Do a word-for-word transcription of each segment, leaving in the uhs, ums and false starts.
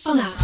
Voilà.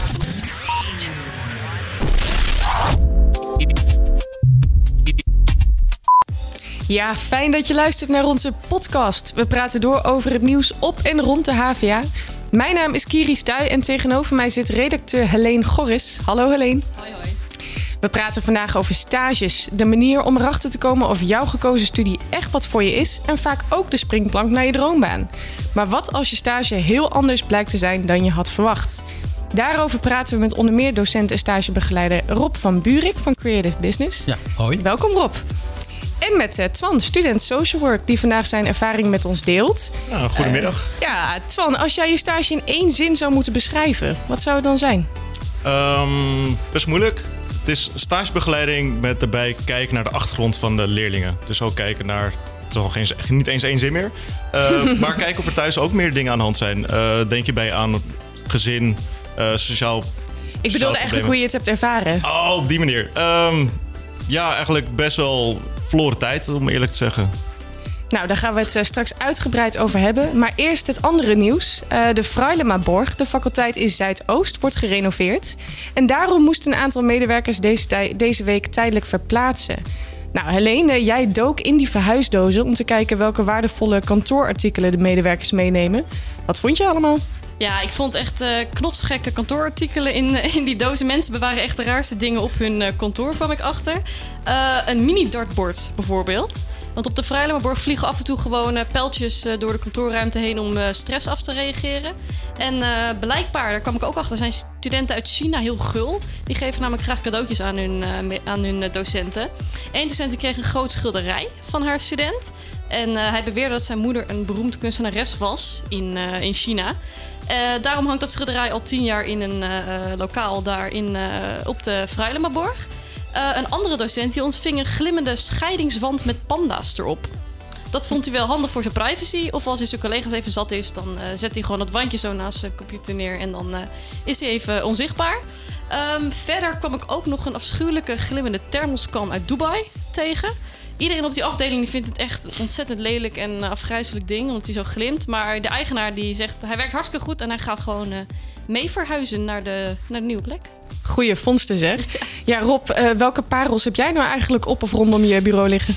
Ja, fijn dat je luistert naar onze podcast. We praten door over het nieuws op en rond de H V A. Mijn naam is Kiri Stuy en tegenover mij zit redacteur Helene Gorris. Hallo Helene. Hoi hoi. We praten vandaag over stages, de manier om erachter te komen of jouw gekozen studie echt wat voor je is en vaak ook de springplank naar je droombaan. Maar wat als je stage heel anders blijkt te zijn dan je had verwacht? Daarover praten we met onder meer docent en stagebegeleider Rob van Buurik van Creative Business. Ja, hoi. Welkom Rob. En met uh, Twan, student social work, die vandaag zijn ervaring met ons deelt. Nou, goedemiddag. Uh, ja, Twan, als jij je stage in één zin zou moeten beschrijven, wat zou het dan zijn? Um, best moeilijk. Het is stagebegeleiding met daarbij kijken naar de achtergrond van de leerlingen. Dus ook kijken naar, het is al geen, niet eens één zin meer. Uh, maar kijken of er thuis ook meer dingen aan de hand zijn. Uh, denk je bij aan gezin, uh, sociaal... Ik bedoelde eigenlijk hoe je het hebt ervaren. Oh, op die manier. Um, ja, eigenlijk best wel verloren tijd, om eerlijk te zeggen. Nou, daar gaan we het uh, straks uitgebreid over hebben. Maar eerst het andere nieuws. Uh, de Frailemaborg, de faculteit in Zuidoost, wordt gerenoveerd. En daarom moesten een aantal medewerkers deze, tij- deze week tijdelijk verplaatsen. Nou, Helene, jij dook in die verhuisdozen om te kijken welke waardevolle kantoorartikelen de medewerkers meenemen. Wat vond je allemaal? Ja, ik vond echt uh, knotsgekke kantoorartikelen in, in die dozen. Mensen bewaren echt de raarste dingen op hun uh, kantoor, kwam ik achter. Uh, een mini-dartboard bijvoorbeeld. Want op de Frailemaborg vliegen af en toe gewoon uh, pijltjes uh, door de kantoorruimte heen om uh, stress af te reageren. En uh, blijkbaar, daar kwam ik ook achter, zijn studenten uit China heel gul. Die geven namelijk graag cadeautjes aan hun, uh, me- aan hun uh, docenten. Eén docent kreeg een groot schilderij van haar student. En uh, hij beweerde dat zijn moeder een beroemde kunstenares was in, uh, in China. Uh, daarom hangt dat schilderij al tien jaar in een uh, lokaal daar in, uh, op de Frailemaborg. Uh, een andere docent die ontving een glimmende scheidingswand met panda's erop. Dat vond hij wel handig voor zijn privacy. Of als hij zijn collega's even zat is, dan uh, zet hij gewoon dat wandje zo naast zijn computer neer. En dan uh, is hij even onzichtbaar. Um, verder kwam ik ook nog een afschuwelijke glimmende thermoskan uit Dubai tegen. Iedereen op die afdeling die vindt het echt een ontzettend lelijk en afgrijzelijk ding, omdat hij zo glimt. Maar de eigenaar die zegt, hij werkt hartstikke goed en hij gaat gewoon uh, mee verhuizen naar de, naar de nieuwe plek. Goeie vondsten zeg. Ja, Rob, uh, welke parels heb jij nou eigenlijk op of rondom je bureau liggen?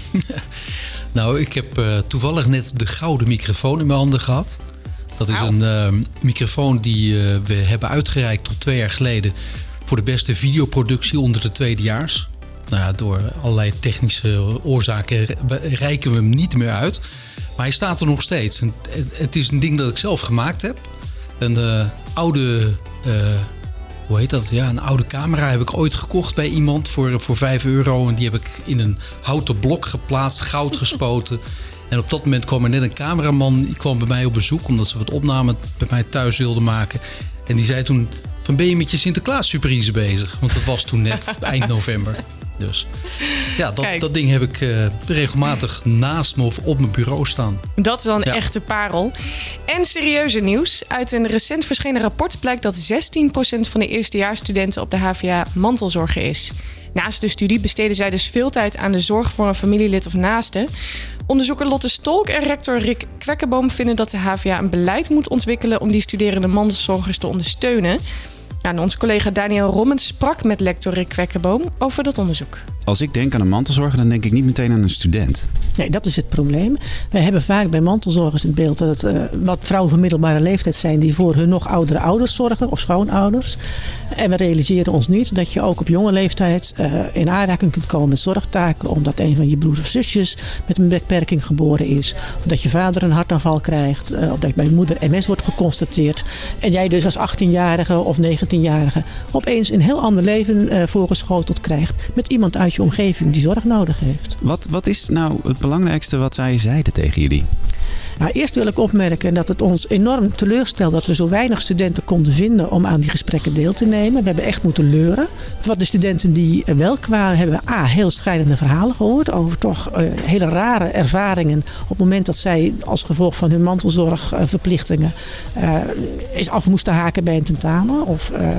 Nou, ik heb uh, toevallig net de gouden microfoon in mijn handen gehad. Dat is een uh, microfoon die uh, we hebben uitgereikt tot twee jaar geleden voor de beste videoproductie onder de tweedejaars. Nou ja, door allerlei technische oorzaken reiken we hem niet meer uit. Maar hij staat er nog steeds. En het is een ding dat ik zelf gemaakt heb. Een uh, oude, uh, hoe heet dat? Ja, een oude camera heb ik ooit gekocht bij iemand voor, voor vijf euro. En die heb ik in een houten blok geplaatst, goud gespoten. En op dat moment kwam er net een cameraman, die kwam bij mij op bezoek, omdat ze wat opnamen bij mij thuis wilden maken. En die zei toen, van ben je met je Sinterklaas surprise bezig? Want dat was toen net eind november. Dus ja, dat, dat ding heb ik uh, regelmatig naast me of op mijn bureau staan. Dat is dan een ja. echte parel. En serieuze nieuws. Uit een recent verschenen rapport blijkt dat zestien procent van de eerstejaarsstudenten op de H V A mantelzorger is. Naast de studie besteden zij dus veel tijd aan de zorg voor een familielid of naaste. Onderzoeker Lotte Stolk en rector Rick Kwekkenboom vinden dat de H V A een beleid moet ontwikkelen om die studerende mantelzorgers te ondersteunen. Nou, onze collega Daniel Rommens sprak met lector Rick Kwekkenboom over dat onderzoek. Als ik denk aan een mantelzorger, dan denk ik niet meteen aan een student. Nee, dat is het probleem. We hebben vaak bij mantelzorgers het beeld dat het uh, wat vrouwen van middelbare leeftijd zijn die voor hun nog oudere ouders zorgen of schoonouders. En we realiseren ons niet dat je ook op jonge leeftijd uh, in aanraking kunt komen met zorgtaken, omdat een van je broers of zusjes met een beperking geboren is. Of dat je vader een hartaanval krijgt. Uh, of dat bij je moeder M S wordt geconstateerd. En jij dus als achttienjarige of negentienjarige opeens een heel ander leven uh, voorgeschoteld krijgt met iemand uit je omgeving die zorg nodig heeft. Wat, wat is nou het belangrijkste wat zij zeiden tegen jullie? Nou, eerst wil ik opmerken dat het ons enorm teleurstelt dat we zo weinig studenten konden vinden om aan die gesprekken deel te nemen. We hebben echt moeten leuren. Van de studenten die wel kwamen hebben we a, heel schrijnende verhalen gehoord over toch uh, hele rare ervaringen op het moment dat zij als gevolg van hun mantelzorgverplichtingen uh, eens af moesten haken bij een tentamen of uh,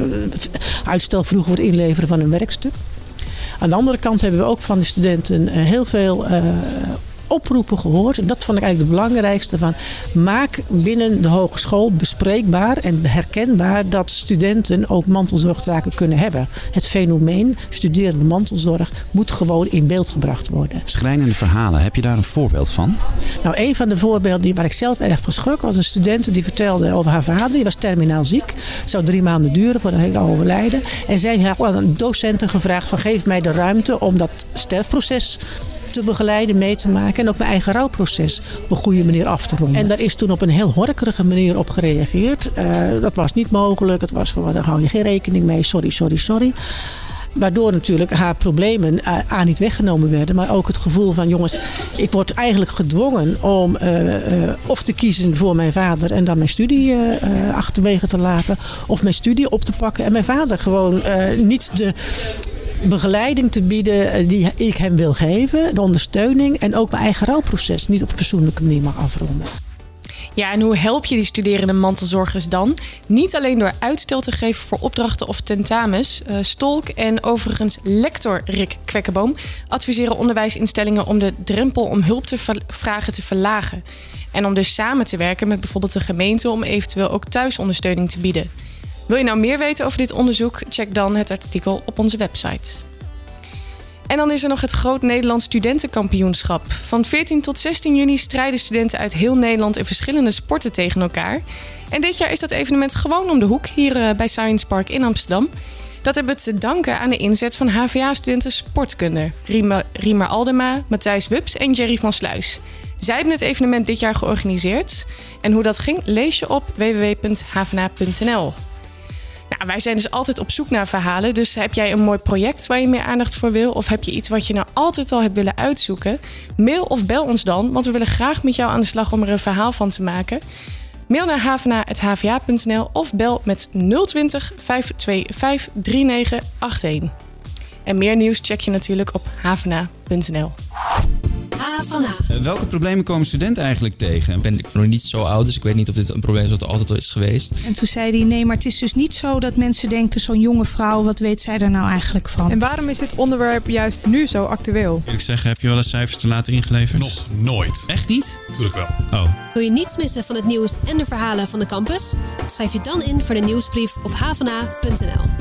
uitstel vroeg voor het inleveren van een werkstuk. Aan de andere kant hebben we ook van de studenten heel veel uh, oproepen gehoord. En dat vond ik eigenlijk het belangrijkste van. Maak binnen de hogeschool bespreekbaar en herkenbaar dat studenten ook mantelzorgtaken kunnen hebben. Het fenomeen studerende mantelzorg moet gewoon in beeld gebracht worden. Schrijnende verhalen, heb je daar een voorbeeld van? Nou, een van de voorbeelden die, waar ik zelf erg van schrok was een student die vertelde over haar vader. Die was terminaal ziek. Het zou drie maanden duren voordat hij zou overlijden. En zij had aan docenten gevraagd van geef mij de ruimte om dat sterfproces te begeleiden, mee te maken. En ook mijn eigen rouwproces op een goede manier af te ronden. En daar is toen op een heel horkerige manier op gereageerd. Uh, dat was niet mogelijk. Het was gewoon, daar hou je geen rekening mee. Sorry, sorry, sorry. Waardoor natuurlijk haar problemen A, niet weggenomen werden. Maar ook het gevoel van jongens, ik word eigenlijk gedwongen om uh, uh, of te kiezen voor mijn vader en dan mijn studie uh, uh, achterwege te laten. Of mijn studie op te pakken en mijn vader gewoon uh, niet de begeleiding te bieden die ik hem wil geven. De ondersteuning en ook mijn eigen rouwproces niet op een fatsoenlijke manier mag afronden. Ja, en hoe help je die studerende mantelzorgers dan? Niet alleen door uitstel te geven voor opdrachten of tentamens. Uh, Stolk en overigens lector Rick Kwekkenboom adviseren onderwijsinstellingen om de drempel om hulp te vragen te verlagen. En om dus samen te werken met bijvoorbeeld de gemeente om eventueel ook thuisondersteuning te bieden. Wil je nou meer weten over dit onderzoek? Check dan het artikel op onze website. En dan is er nog het Groot Nederlands Studentenkampioenschap. Van veertien tot zestien juni strijden studenten uit heel Nederland in verschillende sporten tegen elkaar. En dit jaar is dat evenement gewoon om de hoek, hier bij Science Park in Amsterdam. Dat hebben we te danken aan de inzet van H V A-studenten sportkunde. Riemer, Riemer Aldema, Matthijs Wups en Jerry van Sluis. Zij hebben het evenement dit jaar georganiseerd. En hoe dat ging, lees je op w w w punt h v n a punt n l. Nou, wij zijn dus altijd op zoek naar verhalen. Dus heb jij een mooi project waar je meer aandacht voor wil? Of heb je iets wat je nou altijd al hebt willen uitzoeken? Mail of bel ons dan, want we willen graag met jou aan de slag om er een verhaal van te maken. Mail naar h v n a punt h v a punt n l of bel met nul twintig, vijf twee vijf, drie negen acht een. En meer nieuws check je natuurlijk op h v n a punt n l. Uh, welke problemen komen studenten eigenlijk tegen? Ik ben nog niet zo oud, dus ik weet niet of dit een probleem is wat er altijd al is geweest. En toen zei hij, nee, maar het is dus niet zo dat mensen denken, zo'n jonge vrouw, wat weet zij er nou eigenlijk van? En waarom is dit onderwerp juist nu zo actueel? Wil ik zeggen, heb je wel eens cijfers te laten ingeleverd? Nog nooit. Echt niet? Tuurlijk wel. Oh. Wil je niets missen van het nieuws en de verhalen van de campus? Schrijf je dan in voor de nieuwsbrief op h v n a punt n l.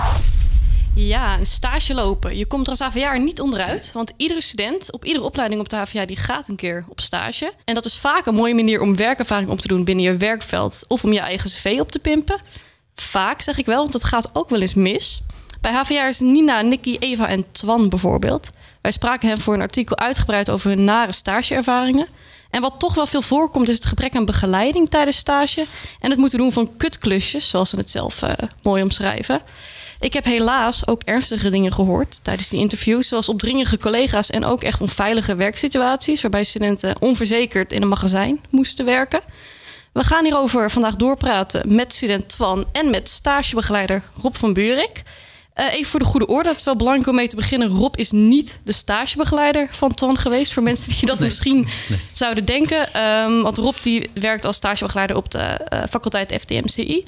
Ja, een stage lopen. Je komt er als H V A'er niet onderuit. Want iedere student op iedere opleiding op de H V A die gaat een keer op stage. En dat is vaak een mooie manier om werkervaring op te doen binnen je werkveld. Of om je eigen cv op te pimpen. Vaak zeg ik wel, want dat gaat ook wel eens mis. Bij H V A'ers Nina, Nicky, Eva en Twan bijvoorbeeld. Wij spraken hen voor een artikel uitgebreid over hun nare stageervaringen. En wat toch wel veel voorkomt is het gebrek aan begeleiding tijdens stage. En het moeten doen van kutklusjes, zoals ze het zelf uh, mooi omschrijven. Ik heb helaas ook ernstige dingen gehoord tijdens die interviews, zoals opdringerige collega's en ook echt onveilige werksituaties, waarbij studenten onverzekerd in een magazijn moesten werken. We gaan hierover vandaag doorpraten met student Twan en met stagebegeleider Rob van Buurik. Uh, even voor de goede orde, het is wel belangrijk om mee te beginnen. Rob is niet de stagebegeleider van Twan geweest, voor mensen die dat nee, misschien nee. zouden denken. Um, want Rob die werkt als stagebegeleider op de uh, faculteit F T M C I.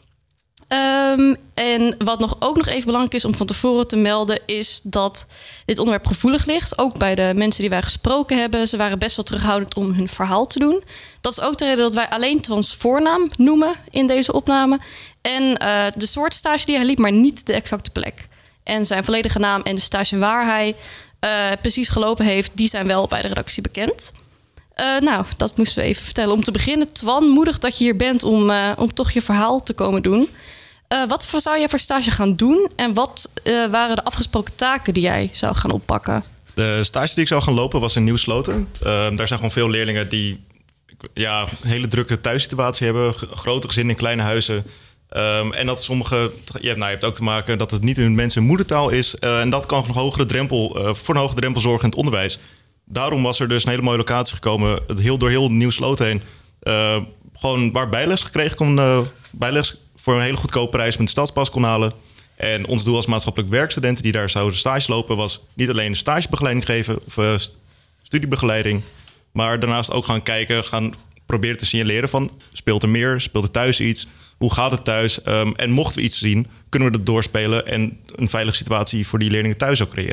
Um, en wat nog ook nog even belangrijk is om van tevoren te melden, is dat dit onderwerp gevoelig ligt. Ook bij de mensen die wij gesproken hebben. Ze waren best wel terughoudend om hun verhaal te doen. Dat is ook de reden dat wij alleen Twans voornaam noemen in deze opname. En uh, de soort stage die hij liep, maar niet de exacte plek. En zijn volledige naam en de stage waar hij uh, precies gelopen heeft, die zijn wel bij de redactie bekend. Uh, nou, dat moesten we even vertellen. Om te beginnen, Twan, moedig dat je hier bent om, uh, om toch je verhaal te komen doen. Uh, wat zou jij voor stage gaan doen? En wat uh, waren de afgesproken taken die jij zou gaan oppakken? De stage die ik zou gaan lopen was in Nieuw-Sloten. Uh, daar zijn gewoon veel leerlingen die ja, een hele drukke thuissituatie hebben. Grote gezinnen in kleine huizen. Um, en dat sommige, je hebt, nou, je hebt ook te maken dat het niet hun mensen moedertaal is. Uh, en dat kan een hogere drempel, uh, voor een hogere drempel zorgen in het onderwijs. Daarom was er dus een hele mooie locatie gekomen, heel, door heel Nieuw-Sloten heen. Uh, gewoon waar bijles gekregen kon, uh, bijles voor een hele goedkope prijs met de stadspas kon halen. En ons doel als maatschappelijk werkstudenten die daar zouden stage lopen was niet alleen stagebegeleiding geven of uh, studiebegeleiding, maar daarnaast ook gaan kijken, gaan proberen te signaleren van speelt er meer, speelt er thuis iets, hoe gaat het thuis? Um, en mochten we iets zien, kunnen we dat doorspelen en een veilige situatie voor die leerlingen thuis ook creëren.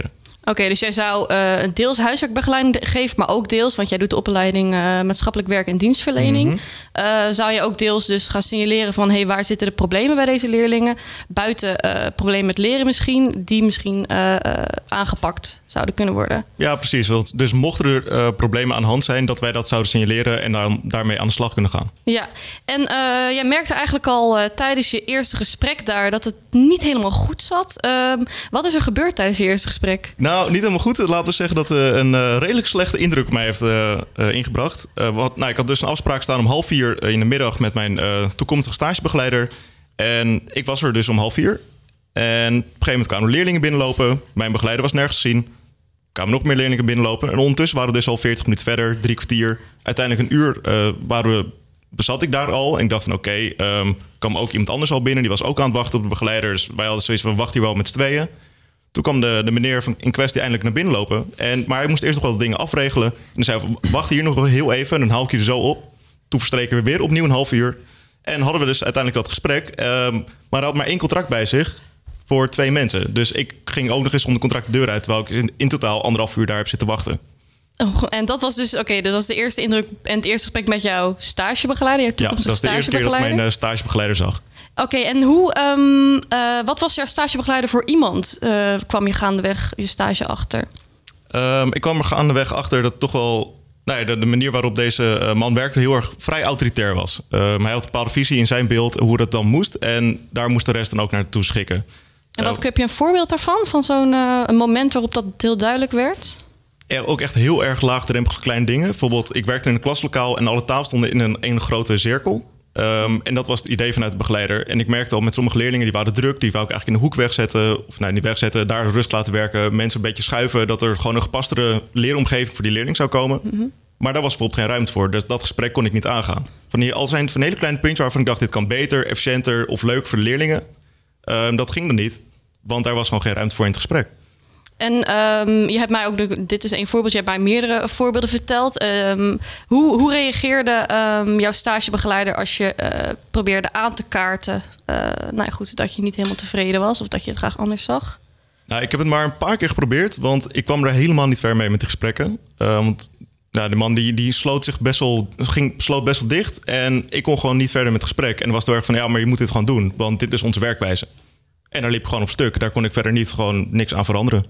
Oké, okay, dus jij zou uh, deels huiswerkbegeleiding geven, maar ook deels, want jij doet de opleiding uh, maatschappelijk werk en dienstverlening. Mm-hmm. Uh, zou je ook deels dus gaan signaleren van, hey, waar zitten de problemen bij deze leerlingen? Buiten uh, problemen met leren misschien, die misschien uh, uh, aangepakt zouden kunnen worden. Ja, precies. Want dus mochten er uh, problemen aan de hand zijn, dat wij dat zouden signaleren en daar, daarmee aan de slag kunnen gaan. Ja, en uh, jij merkte eigenlijk al uh, tijdens je eerste gesprek daar dat het niet helemaal goed zat. Uh, wat is er gebeurd tijdens je eerste gesprek? Nou, niet helemaal goed. Laten we zeggen dat uh, een uh, redelijk slechte indruk op mij heeft uh, uh, ingebracht. Uh, wat, nou, ik had dus een afspraak staan om half vier in de middag met mijn uh, toekomstige stagebegeleider. En ik was er dus om half vier. En op een gegeven moment kwamen er leerlingen binnenlopen. Mijn begeleider was nergens te zien. Er kwamen nog meer leerlingen binnenlopen. En ondertussen waren we dus al veertig minuten verder, drie kwartier. Uiteindelijk een uur uh, waren we, bezat ik daar al. En ik dacht van oké, okay, um, kwam ook iemand anders al binnen. Die was ook aan het wachten op de begeleider. Dus wij hadden zoiets van, we wachten hier wel met z'n tweeën. Toen kwam de, de meneer van, in kwestie eindelijk naar binnen lopen. En, maar hij moest eerst nog wat dingen afregelen. En dan zei we, wacht hier nog heel even. En dan haal ik je er zo op. Toen verstreken we weer opnieuw een half uur. En hadden we dus uiteindelijk dat gesprek. Um, maar hij had maar één contract bij zich voor twee mensen. Dus ik ging ook nog eens om de contract de deur uit. Terwijl ik in, in totaal anderhalf uur daar heb zitten wachten. Oh, en dat was dus, oké, okay, dat was de eerste indruk en het eerste gesprek met jouw stagebegeleider. Ja, dat was de eerste keer dat ik mijn uh, stagebegeleider zag. Oké, okay, en hoe, um, uh, wat was jouw stagebegeleider voor iemand? Uh, kwam je gaandeweg je stage achter? Um, ik kwam er gaandeweg achter dat toch wel, nou ja, de, de manier waarop deze uh, man werkte heel erg vrij autoritair was. Um, hij had een bepaalde visie in zijn beeld hoe dat dan moest. En daar moest de rest dan ook naartoe schikken. En wat, uh, heb je een voorbeeld daarvan? Van zo'n uh, een moment waarop dat heel duidelijk werd? Er ook echt heel erg laagdrempelige kleine dingen. Bijvoorbeeld, ik werkte in een klaslokaal en alle tafels stonden in een, een grote cirkel. Um, en dat was het idee vanuit de begeleider. En ik merkte al met sommige leerlingen, die waren druk. Die wou ik eigenlijk in de hoek wegzetten. Of nou, niet wegzetten, daar rust laten werken. Mensen een beetje schuiven. Dat er gewoon een gepastere leeromgeving voor die leerling zou komen. Mm-hmm. Maar daar was bijvoorbeeld geen ruimte voor. Dus dat gesprek kon ik niet aangaan. Van die, al zijn van hele kleine puntjes waarvan ik dacht, dit kan beter, efficiënter of leuk voor de leerlingen. Um, dat ging er niet. Want daar was gewoon geen ruimte voor in het gesprek. En um, je hebt mij ook, de, dit is één voorbeeld, je hebt mij meerdere voorbeelden verteld. Um, hoe, hoe reageerde um, jouw stagebegeleider als je uh, probeerde aan te kaarten? Uh, nou ja, goed, dat je niet helemaal tevreden was of dat je het graag anders zag? Nou, ik heb het maar een paar keer geprobeerd, want ik kwam er helemaal niet ver mee met de gesprekken. Uh, want nou, de man die, die sloot zich best wel, ging, sloot best wel dicht en ik kon gewoon niet verder met het gesprek. En was heel erg van, ja, maar je moet dit gewoon doen, want dit is onze werkwijze. En daar liep ik gewoon op stuk. Daar kon ik verder niet gewoon niks aan veranderen.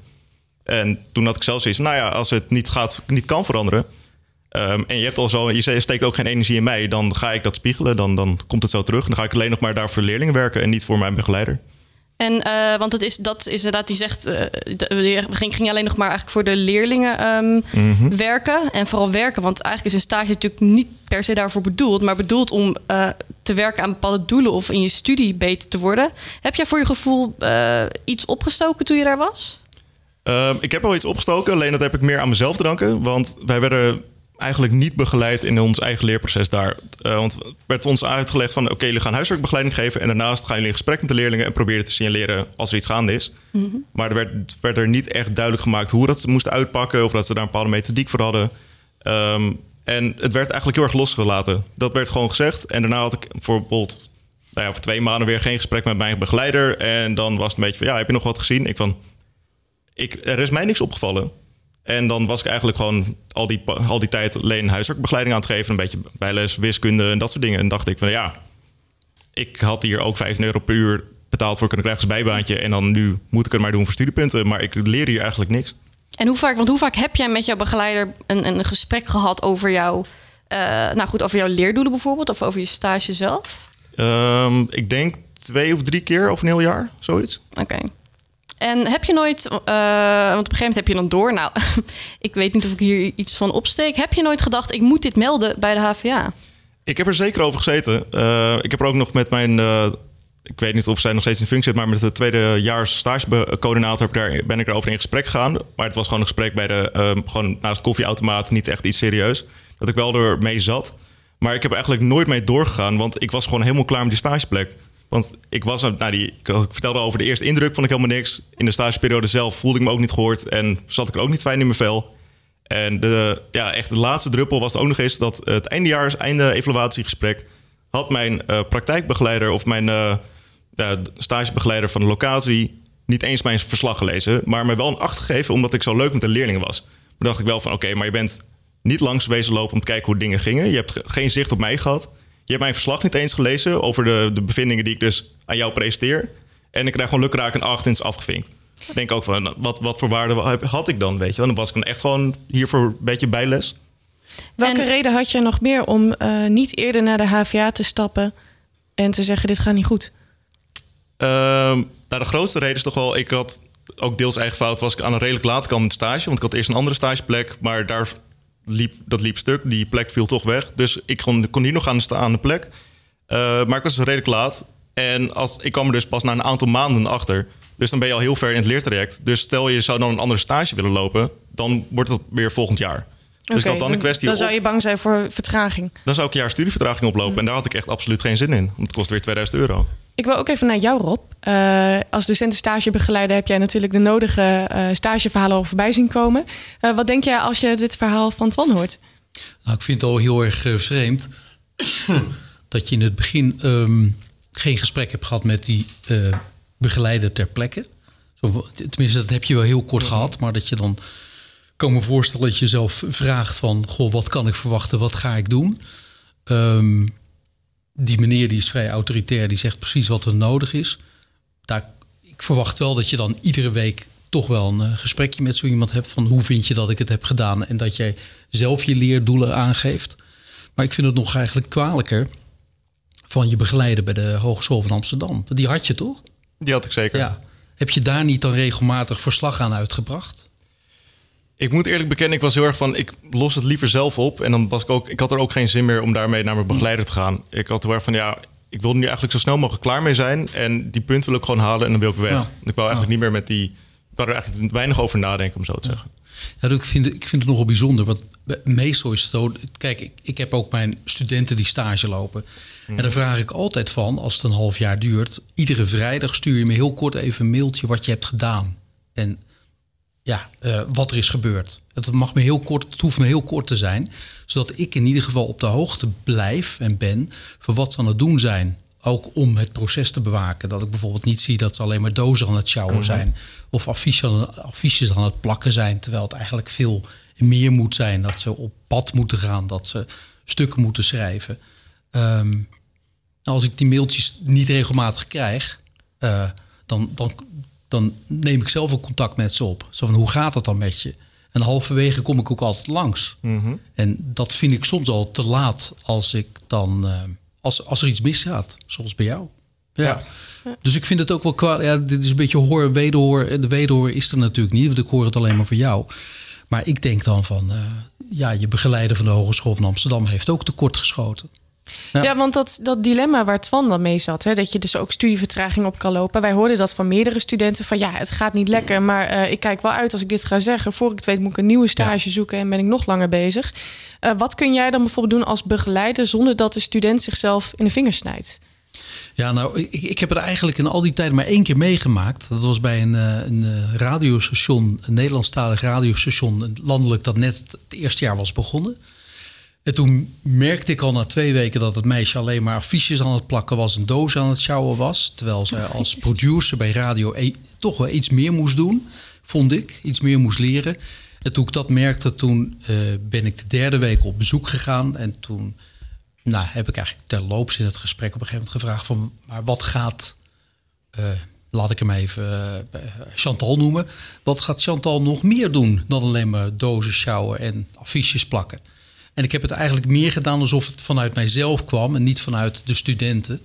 En toen had ik zelfs zoiets van, nou ja, als het niet, gaat, niet kan veranderen. Um, en je hebt al zo, je steekt ook geen energie in mij. Dan ga ik dat spiegelen, dan, dan komt het zo terug. Dan ga ik alleen nog maar daar voor de leerlingen werken en niet voor mijn begeleider. En uh, want het is, dat is inderdaad, die zegt, uh, we ging, ging alleen nog maar eigenlijk voor de leerlingen um, mm-hmm. werken. En vooral werken, want eigenlijk is een stage natuurlijk niet per se daarvoor bedoeld, maar bedoeld om uh, te werken aan bepaalde doelen of in je studie beter te worden. Heb jij voor je gevoel uh, iets opgestoken toen je daar was? Uh, ik heb wel iets opgestoken, alleen dat heb ik meer aan mezelf te danken. Want wij werden eigenlijk niet begeleid in ons eigen leerproces daar. Uh, want het werd ons uitgelegd van, oké, okay, jullie gaan huiswerkbegeleiding geven en daarnaast gaan jullie in gesprek met de leerlingen en proberen te signaleren als er iets gaande is. Mm-hmm. Maar er werd, werd er niet echt duidelijk gemaakt hoe dat ze moesten uitpakken of dat ze daar een bepaalde methodiek voor hadden. Um, en het werd eigenlijk heel erg losgelaten. Dat werd gewoon gezegd. En daarna had ik bijvoorbeeld nou ja, voor twee maanden weer geen gesprek met mijn begeleider. En dan was het een beetje van, ja, heb je nog wat gezien? Ik van, ik, er is mij niks opgevallen. En dan was ik eigenlijk gewoon al die, al die tijd alleen huiswerkbegeleiding aan het geven. Een beetje bijles, wiskunde en dat soort dingen. En dacht ik van, ja, ik had hier ook vijftien euro per uur betaald voor, kunnen krijgen als bijbaantje. En dan nu moet ik het maar doen voor studiepunten. Maar ik leer hier eigenlijk niks. En hoe vaak, want hoe vaak heb jij met jouw begeleider een, een gesprek gehad over jouw, uh, nou goed, over jouw leerdoelen bijvoorbeeld, of over je stage zelf? Um, ik denk twee of drie keer over een heel jaar, zoiets. Oké. Okay. En heb je nooit, uh, want op een gegeven moment heb je dan door, nou, ik weet niet of ik hier iets van opsteek. Heb je nooit gedacht, ik moet dit melden bij de H V A? Ik heb er zeker over gezeten. Uh, ik heb er ook nog met mijn, uh, ik weet niet of zij nog steeds in functie zit, maar met de tweedejaars stagecoördinator ben ik erover in gesprek gegaan. Maar het was gewoon een gesprek bij de, uh, gewoon naast de koffieautomaat, niet echt iets serieus. Dat ik wel ermee zat. Maar ik heb er eigenlijk nooit mee doorgegaan, want ik was gewoon helemaal klaar met die stageplek. Want ik was, nou die, ik vertelde over de eerste indruk, vond ik helemaal niks. In de stageperiode zelf voelde ik me ook niet gehoord en zat ik er ook niet fijn in mijn vel. En de, ja, echt de laatste druppel was ook nog eens dat het eindejaars, einde-evaluatiegesprek had mijn uh, praktijkbegeleider of mijn uh, ja, stagebegeleider van de locatie niet niet eens mijn verslag gelezen, maar me wel een acht gegeven omdat ik zo leuk met de leerlingen was. Toen dacht ik wel van oké, okay, maar je bent niet langs wezen lopen om te kijken hoe dingen gingen. Je hebt ge- geen zicht op mij gehad. Je hebt mijn verslag niet eens gelezen over de, de bevindingen die ik dus aan jou presenteer. En ik krijg gewoon lukraak een acht en het is afgevinkt. Ik denk ook van, wat, wat voor waarde had ik dan, weet je wel? Dan was ik dan echt gewoon hiervoor een beetje bijles. Welke En- reden had je nog meer om uh, niet eerder naar de H V A te stappen en te zeggen dit gaat niet goed? Uh, nou, de grootste reden is toch wel, ik had ook deels eigen fout, was ik aan een redelijk laat kant met stage. Want ik had eerst een andere stageplek, maar daar liep, dat liep stuk. Die plek viel toch weg. Dus ik kon, kon hier nog aan de, aan de plek. Uh, maar ik was redelijk laat. En als, ik kwam er dus pas na een aantal maanden achter. Dus dan ben je al heel ver in het leertraject. Dus stel je zou dan een andere stage willen lopen, dan wordt dat weer volgend jaar. Dus Okay, ik had dan een kwestie dan zou of, je bang zijn voor vertraging. dan zou ik een jaar studievertraging oplopen. En daar had ik echt absoluut geen zin in. Want het kost weer tweeduizend euro. Ik wil ook even naar jou, Rob. Uh, als docentenstagebegeleider heb jij natuurlijk de nodige uh, stageverhalen al voorbij zien komen. Uh, wat denk jij als je dit verhaal van Twan hoort? Nou, ik vind het al heel erg uh, vreemd dat je in het begin um, geen gesprek hebt gehad met die uh, begeleider ter plekke. Zo, tenminste, dat heb je wel heel kort gehad, maar dat je dan kan me voorstellen dat je zelf vraagt van, goh, wat kan ik verwachten, wat ga ik doen? Um, die meneer die is vrij autoritair, die zegt precies wat er nodig is. Daar, ik verwacht wel dat je dan iedere week toch wel een uh, gesprekje met zo iemand hebt van hoe vind je dat ik het heb gedaan en dat jij zelf je leerdoelen aangeeft. Maar ik vind het nog eigenlijk kwalijker van je begeleider bij de Hogeschool van Amsterdam. Die had je toch? Die had ik zeker. Ja. Heb je daar niet dan regelmatig verslag aan uitgebracht? Ik moet eerlijk bekennen, ik was heel erg van, ik los het liever zelf op. En dan was ik ook, ik had er ook geen zin meer om daarmee naar mijn begeleider te gaan. Ik had heel erg van, ja, ik wil er nu eigenlijk zo snel mogelijk klaar mee zijn. En die punt wil ik gewoon halen en dan wil ik weg. Ja. Ik wou eigenlijk ja. niet meer met die, ik wou er eigenlijk weinig over nadenken, om zo te zeggen. Ja, ik, vind, ik vind het nogal bijzonder, want meestal is het zo. Kijk, ik, ik heb ook mijn studenten die stage lopen. Mm. En dan vraag ik altijd van, als het een half jaar duurt, iedere vrijdag stuur je me heel kort even een mailtje wat je hebt gedaan. En ja, uh, wat er is gebeurd. Het mag me heel kort, het hoeft me heel kort te zijn, zodat ik in ieder geval op de hoogte blijf en ben van wat ze aan het doen zijn. Ook om het proces te bewaken. Dat ik bijvoorbeeld niet zie dat ze alleen maar dozen aan het sjouwen mm-hmm. zijn. Of affiches, affiches aan het plakken zijn. Terwijl het eigenlijk veel meer moet zijn. Dat ze op pad moeten gaan. Dat ze stukken moeten schrijven. Um, als ik die mailtjes niet regelmatig krijg, Uh, dan, dan, dan neem ik zelf ook contact met ze op. Zo van, hoe gaat het dan met je? En halverwege kom ik ook altijd langs. Mm-hmm. En dat vind ik soms al te laat als ik dan Uh, Als, als er iets misgaat, zoals bij jou. Ja. Ja. Dus ik vind het ook wel kwaad. Ja, dit is een beetje hoor, wederhoor. De wederhoor is er natuurlijk niet, want ik hoor het alleen maar van jou. Maar ik denk dan van, uh, ja, je begeleider van de Hogeschool van Amsterdam heeft ook tekort geschoten. Ja, ja want dat, dat dilemma waar Twan dan mee zat, hè, dat je dus ook studievertraging op kan lopen. Wij hoorden dat van meerdere studenten van ja, het gaat niet lekker, maar uh, ik kijk wel uit als ik dit ga zeggen. Voor ik het weet moet ik een nieuwe stage ja. zoeken en ben ik nog langer bezig. Uh, wat kun jij dan bijvoorbeeld doen als begeleider zonder dat de student zichzelf in de vingers snijdt? Ja, nou, ik, ik heb het eigenlijk in al die tijd maar één keer meegemaakt. Dat was bij een, een radiostation, een Nederlandstalig radiostation, landelijk, dat net het eerste jaar was begonnen. En toen merkte ik al na twee weken dat het meisje alleen maar affiches aan het plakken was, een doos aan het sjouwen was. Terwijl zij als producer bij radio e- toch wel iets meer moest doen, vond ik. Iets meer moest leren. En toen ik dat merkte, toen uh, ben ik de derde week op bezoek gegaan. En toen nou, heb ik eigenlijk terloops in het gesprek op een gegeven moment gevraagd van, maar wat gaat, uh, laat ik hem even uh, Chantal noemen. Wat gaat Chantal nog meer doen dan alleen maar dozen sjouwen en affiches plakken? En ik heb het eigenlijk meer gedaan alsof het vanuit mijzelf kwam en niet vanuit de studenten.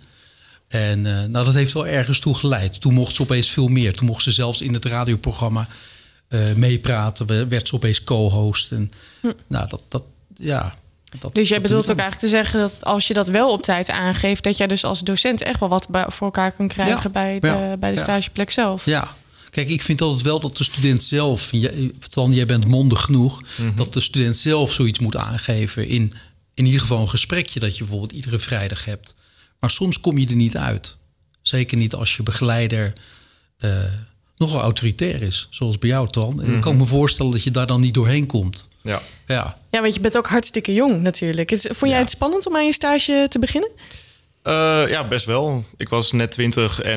En uh, nou, dat heeft wel ergens toe geleid. Toen mocht ze opeens veel meer. Toen mocht ze zelfs in het radioprogramma uh, meepraten. Werd ze opeens co-host. En, hm. nou, dat, dat, ja, dat, dus jij dat bedoelt ook eigenlijk te zeggen dat als je dat wel op tijd aangeeft, dat jij dus als docent echt wel wat voor elkaar kan krijgen ja. bij de, ja. bij de ja. stageplek zelf. Ja. Kijk, ik vind altijd wel dat de student zelf, Twan, jij bent mondig genoeg, mm-hmm. dat de student zelf zoiets moet aangeven in, in ieder geval een gesprekje dat je bijvoorbeeld iedere vrijdag hebt. Maar soms kom je er niet uit. Zeker niet als je begeleider uh, nogal autoritair is, zoals bij jou, Twan. Mm-hmm. Ik kan me voorstellen dat je daar dan niet doorheen komt. Ja, ja. ja want je bent ook hartstikke jong natuurlijk. Is, vond jij ja. het spannend om aan je stage te beginnen? Uh, ja, best wel. Ik was net twintig en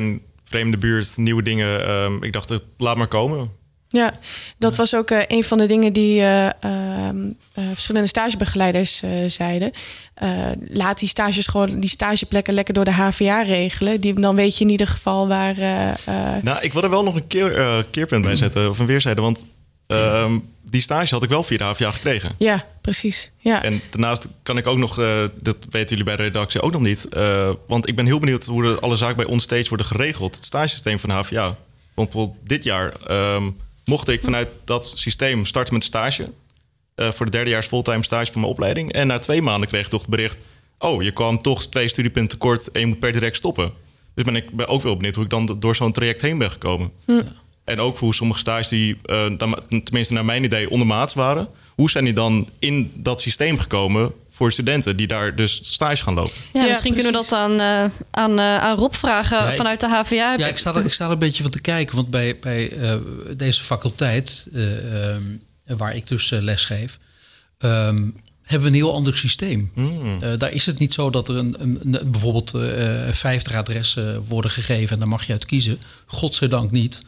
vreemde buurt, nieuwe dingen. Um, ik dacht, laat maar komen. Ja, dat was ook uh, een van de dingen die uh, uh, uh, verschillende stagebegeleiders uh, zeiden. Uh, laat die stages gewoon, die stageplekken lekker door de H V A regelen. Die, dan weet je in ieder geval waar... Uh, uh... Nou, ik wil er wel nog een keer, uh, keerpunt bij zetten, of een weerzijde. Want uh, die stage had ik wel via de H V A gekregen. Ja, precies. Ja. En daarnaast kan ik ook nog, uh, dat weten jullie bij de redactie ook nog niet. Uh, want ik ben heel benieuwd hoe de, alle zaken bij onstage worden geregeld. Het stagesysteem van de H V A. Want bijvoorbeeld dit jaar... Um, mocht ik vanuit dat systeem starten met stage. Uh, voor de derdejaars fulltime stage van mijn opleiding. En na twee maanden kreeg ik toch het bericht... oh, je kwam toch twee studiepunten tekort en je moet per direct stoppen. Dus ben ik ben ook wel benieuwd hoe ik dan door zo'n traject heen ben gekomen. Hm. En ook hoe sommige stages die, uh, tenminste naar mijn idee, ondermaats waren... hoe zijn die dan in dat systeem gekomen... voor studenten die daar dus stage gaan lopen. Ja, ja misschien precies. Kunnen we dat aan, uh, aan, uh, aan Rob vragen ja, vanuit de H V A. Ja, ik sta er, ik sta er een beetje van te kijken. Want bij, bij uh, deze faculteit, uh, um, waar ik dus uh, les geef... Um, hebben we een heel ander systeem. Mm. Uh, daar is het niet zo dat er een, een, een, bijvoorbeeld uh, vijftig adressen worden gegeven... en daar mag je uit kiezen. Godzijdank niet.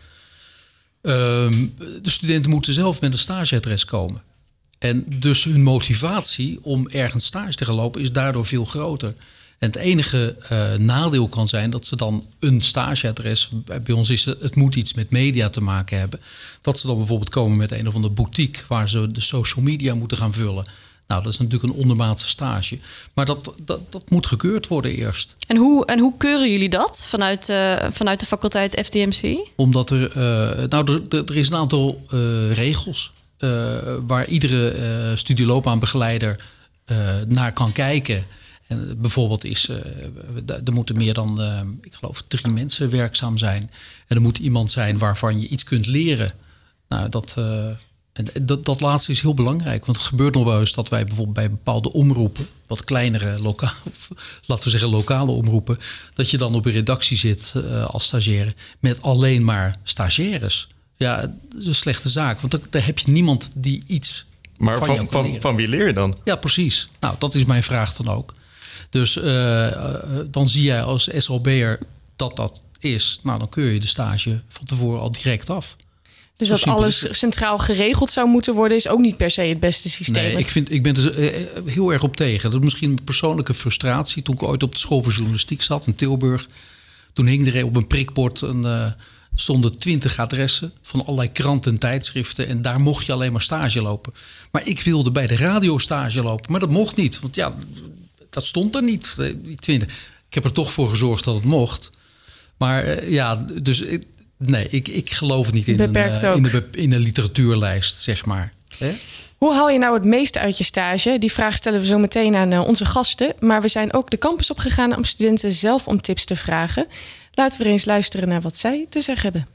Um, de studenten moeten zelf met een stageadres komen. En dus hun motivatie om ergens stage te gaan lopen is daardoor veel groter. En het enige uh, nadeel kan zijn dat ze dan een stageadres... bij ons is het, het moet iets met media te maken hebben... dat ze dan bijvoorbeeld komen met een of andere boutique... waar ze de social media moeten gaan vullen. Nou, dat is natuurlijk een ondermaatse stage. Maar dat, dat, dat moet gekeurd worden eerst. En hoe, en hoe keuren jullie dat vanuit, uh, vanuit de faculteit F D M C? Omdat er... Uh, nou, er, er is een aantal uh, regels... Uh, waar iedere uh, studieloopbaanbegeleider uh, naar kan kijken. En bijvoorbeeld is, uh, er moeten meer dan, uh, ik geloof, drie mensen werkzaam zijn. En er moet iemand zijn waarvan je iets kunt leren. Nou, dat, uh, en dat, dat laatste is heel belangrijk. Want het gebeurt nog wel eens dat wij bijvoorbeeld bij bepaalde omroepen... wat kleinere, loka- of, laten we zeggen lokale omroepen... dat je dan op een redactie zit uh, als stagiaire... met alleen maar stagiaires... Ja, dat is een slechte zaak. Want daar heb je niemand die iets maar van, van, van, van, van wie leer je dan? Ja, precies. Nou, dat is mijn vraag dan ook. Dus uh, uh, dan zie jij als S L B'er dat dat is. Nou, dan keur je de stage van tevoren al direct af. Dus dat alles centraal geregeld zou moeten worden... is ook niet per se het beste systeem. Nee, ik, vind, ik ben er heel erg op tegen. Dat is misschien een persoonlijke frustratie. Toen ik ooit op de school voor journalistiek zat in Tilburg... toen hing er op een prikbord een... Uh, stonden twintig adressen van allerlei kranten en tijdschriften... en daar mocht je alleen maar stage lopen. Maar ik wilde bij de radio stage lopen, maar dat mocht niet. Want ja, dat stond er niet, die twintig. Ik heb er toch voor gezorgd dat het mocht. Maar ja, dus nee, ik, ik geloof niet in een, in, de, in een literatuurlijst, zeg maar. Hè? Hoe haal je nou het meeste uit je stage? Die vraag stellen we zo meteen aan onze gasten. Maar we zijn ook de campus opgegaan om studenten zelf om tips te vragen. Laten we eens luisteren naar wat zij te zeggen hebben.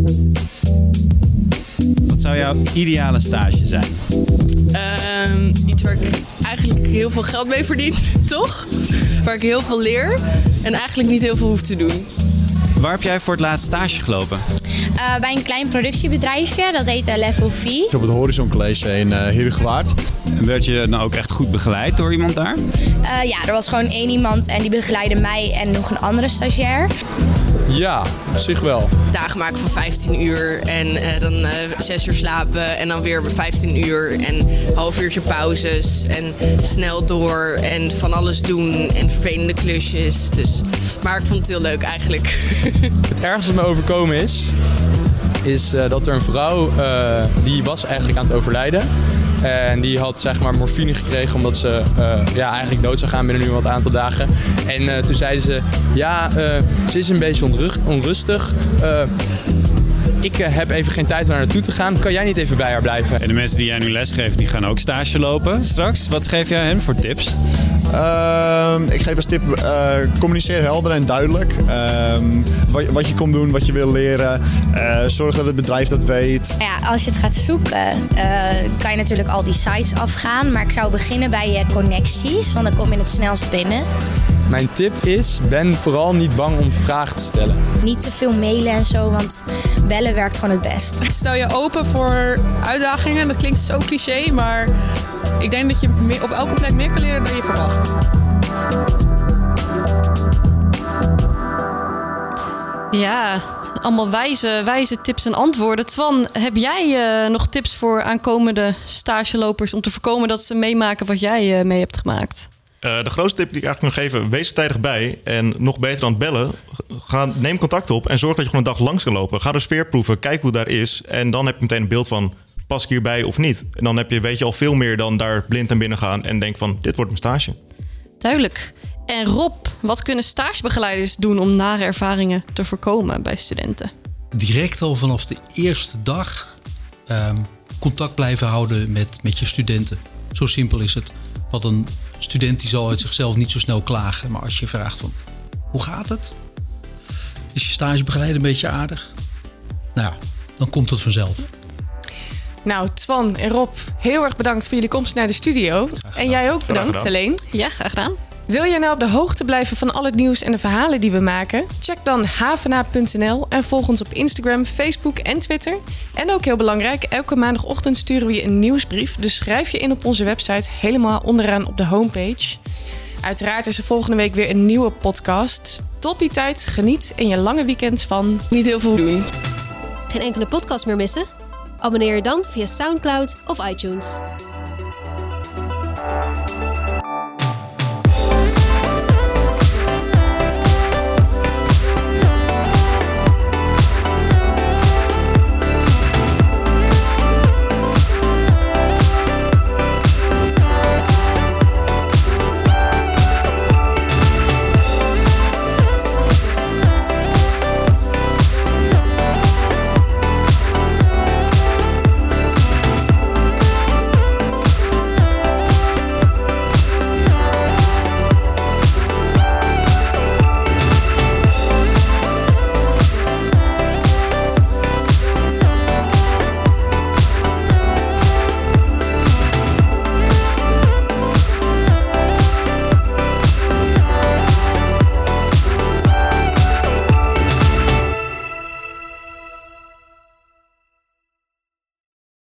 Wat zou jouw ideale stage zijn? Um, iets waar ik eigenlijk heel veel geld mee verdien, toch? Waar ik heel veel leer en eigenlijk niet heel veel hoef te doen. Waar heb jij voor het laatst stage gelopen? Uh, bij een klein productiebedrijfje, dat heet uh, Level V. Op het Horizon College in uh, Heerhugowaard. En werd je nou ook echt goed begeleid door iemand daar? Uh, ja, er was gewoon één iemand en die begeleidde mij en nog een andere stagiair. Ja, op zich wel. Dagen maken van vijftien uur en uh, dan uh, zes uur slapen en dan weer vijftien uur en een half uurtje pauzes en snel door en van alles doen en vervelende klusjes. Dus, maar ik vond het heel leuk eigenlijk. Het ergste wat me overkomen is, is uh, dat er een vrouw, uh, die was eigenlijk aan het overlijden. En die had zeg maar morfine gekregen omdat ze uh, ja, eigenlijk dood zou gaan binnen nu een wat aantal dagen. En uh, toen zeiden ze, ja, uh, ze is een beetje onrug- onrustig. Uh, ik uh, heb even geen tijd om naar naartoe te gaan. Kan jij niet even bij haar blijven? En de mensen die jij nu lesgeeft, die gaan ook stage lopen straks. Wat geef jij hen voor tips? Uh, ik geef als tip, uh, communiceer helder en duidelijk. Uh, wat, wat je komt doen, wat je wil leren. Uh, zorg dat het bedrijf dat weet. Ja, als je het gaat zoeken, uh, kan je natuurlijk al die sites afgaan. Maar ik zou beginnen bij je connecties, want dan kom je het snelst binnen. Mijn tip is, ben vooral niet bang om vragen te stellen. Niet te veel mailen en zo, want bellen werkt gewoon het best. Stel je open voor uitdagingen. Dat klinkt zo cliché, maar ik denk dat je op elke plek meer kan leren dan je verwacht. Ja, allemaal wijze, wijze tips en antwoorden. Twan, heb jij uh, nog tips voor aankomende stagelopers om te voorkomen dat ze meemaken wat jij uh, mee hebt gemaakt? Uh, de grootste tip die ik eigenlijk kan geven, wees er tijdig bij. En nog beter dan het bellen, ga, neem contact op en zorg dat je gewoon een dag langs kan lopen. Ga de sfeer proeven, kijk hoe het daar is. En dan heb je meteen een beeld van, pas ik hierbij of niet? En dan heb je, weet je al veel meer dan daar blind aan binnen gaan en denk van, dit wordt mijn stage. Duidelijk. En Rob, wat kunnen stagebegeleiders doen om nare ervaringen te voorkomen bij studenten? Direct al vanaf de eerste dag um, contact blijven houden met, met je studenten. Zo simpel is het. Want een student die zal uit zichzelf niet zo snel klagen. Maar als je vraagt van, hoe gaat het? Is je stagebegeleider een beetje aardig? Nou ja, dan komt het vanzelf. Nou, Twan en Rob, heel erg bedankt voor jullie komst naar de studio. En jij ook bedankt, Helene. Ja, graag gedaan. Wil jij nou op de hoogte blijven van al het nieuws en de verhalen die we maken? Check dan havena punt n l en volg ons op Instagram, Facebook en Twitter. En ook heel belangrijk, elke maandagochtend sturen we je een nieuwsbrief. Dus schrijf je in op onze website, helemaal onderaan op de homepage. Uiteraard is er volgende week weer een nieuwe podcast. Tot die tijd, geniet in je lange weekend van niet heel veel doen. Geen enkele podcast meer missen? Abonneer je dan via SoundCloud of iTunes.